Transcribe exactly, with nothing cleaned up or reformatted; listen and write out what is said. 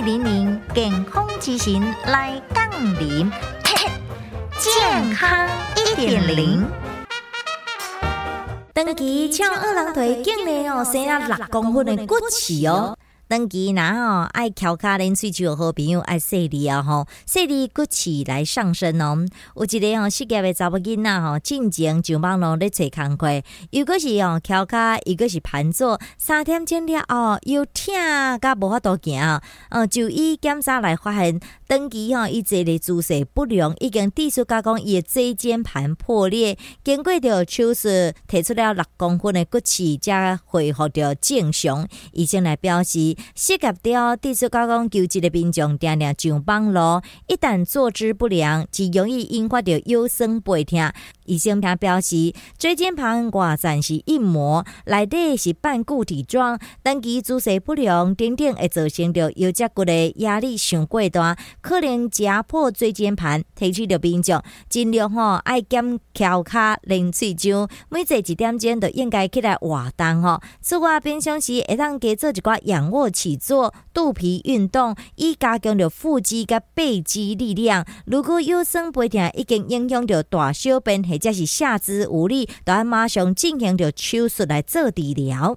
零零健康之行来杠铃，健康一点零。长期唱二郎腿，竟然哦生了六公分的骨刺哦。长期若吼爱翘脚练喙手好朋友爱细腻啊吼，细腻骨刺来上身哦。有一个吼失业的查某囡仔吼，进前上网络咧找工课，又个是哦翘脚，又个是盘坐，三点钟了后又痛甲无法度行，呃，就医检查来发现，长期吼伊坐的姿势不良，已经地出甲讲伊的椎间盘破裂，经过着手术提出了六公分的骨刺，才恢复着正常。医生来表示，适合着地出甲讲求职的民众定定上网络，一旦坐姿不良，极容易引发着腰酸背痛。医生他表示，椎间盘外层是硬膜，内底是半固体状，长期姿势不良，等等会造成着腰脊骨的压力上过大，可能夹破椎间盘。提醒着民众尽量吼爱减翘脚练喙手，每坐一点钟就应该起来活动吼。此外，平常时会当加做一寡仰卧起坐、肚皮运动，以加强着腹肌甲背肌力量。如果腰酸背痛已经影响着大小便或者是下肢无力，就要马上进行着手术来做治疗。